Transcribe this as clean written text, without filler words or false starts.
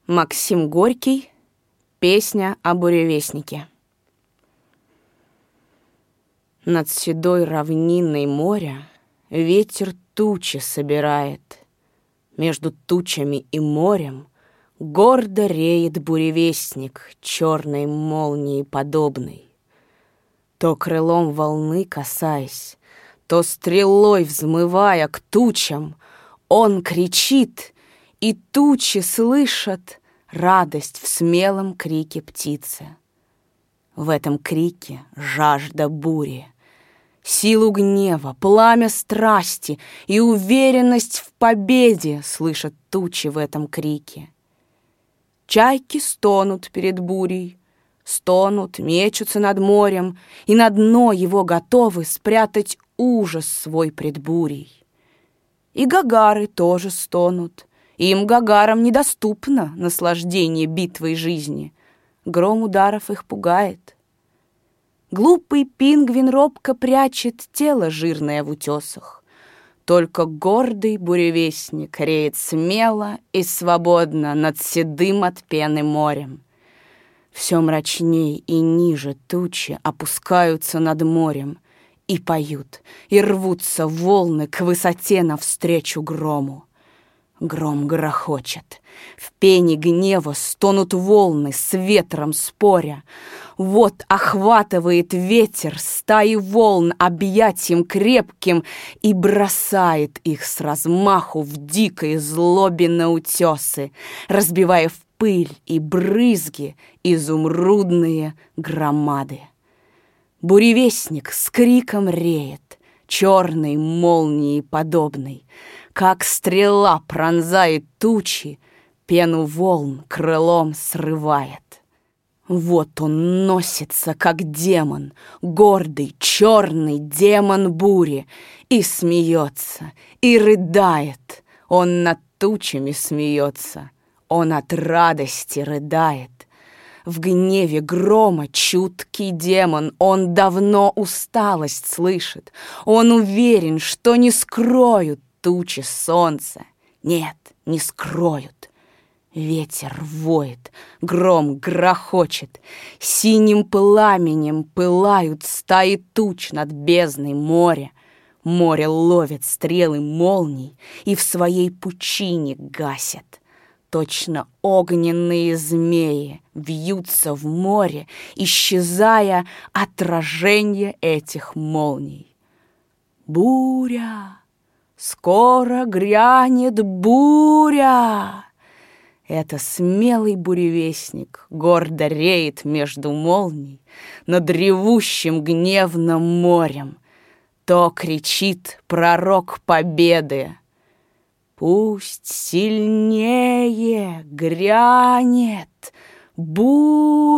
Максим Горький. Песня о буревестнике. Над седой равниной моря ветер тучи собирает. Между тучами и морем гордо реет буревестник, черной молнии подобный. То крылом волны касаясь, то стрелой взмывая к тучам, он кричит, и тучи слышат радость в смелом крике птицы. В этом крике жажда бури, силу гнева, пламя страсти и уверенность в победе слышат тучи в этом крике. Чайки стонут перед бурей, стонут, мечутся над морем, и на дно его готовы спрятать ужас свой пред бурей. И гагары тоже стонут, им, гагарам, недоступно наслаждение битвой жизни. Гром ударов их пугает. Глупый пингвин робко прячет тело жирное в утесах. Только гордый буревестник реет смело и свободно над седым от пены морем. Все мрачней и ниже тучи опускаются над морем и поют, и рвутся волны к высоте навстречу грому. Гром грохочет, в пене гнева стонут волны, с ветром споря. Вот охватывает ветер стаи волн объятием крепким и бросает их с размаху в дикой злобе на утесы, разбивая в пыль и брызги изумрудные громады. Буревестник с криком реет, черной молнии подобной, как стрела пронзает тучи, пену волн крылом срывает. Вот он носится, как демон, гордый, черный демон бури, и смеется, и рыдает. Он над тучами смеется, он от радости рыдает. В гневе грома чуткий демон, он давно усталость слышит. Он уверен, что не скроют тучи солнца. Нет, не скроют. Ветер воет, гром грохочет, синим пламенем пылают стаи туч над бездной моря. Море ловит стрелы молний и в своей пучине гасит. Точно огненные змеи вьются в море, исчезая отражение этих молний. Буря! Скоро грянет буря! Это смелый буревестник гордо реет между молний над ревущим гневным морем. То кричит пророк победы: пусть сильнее грянет буря!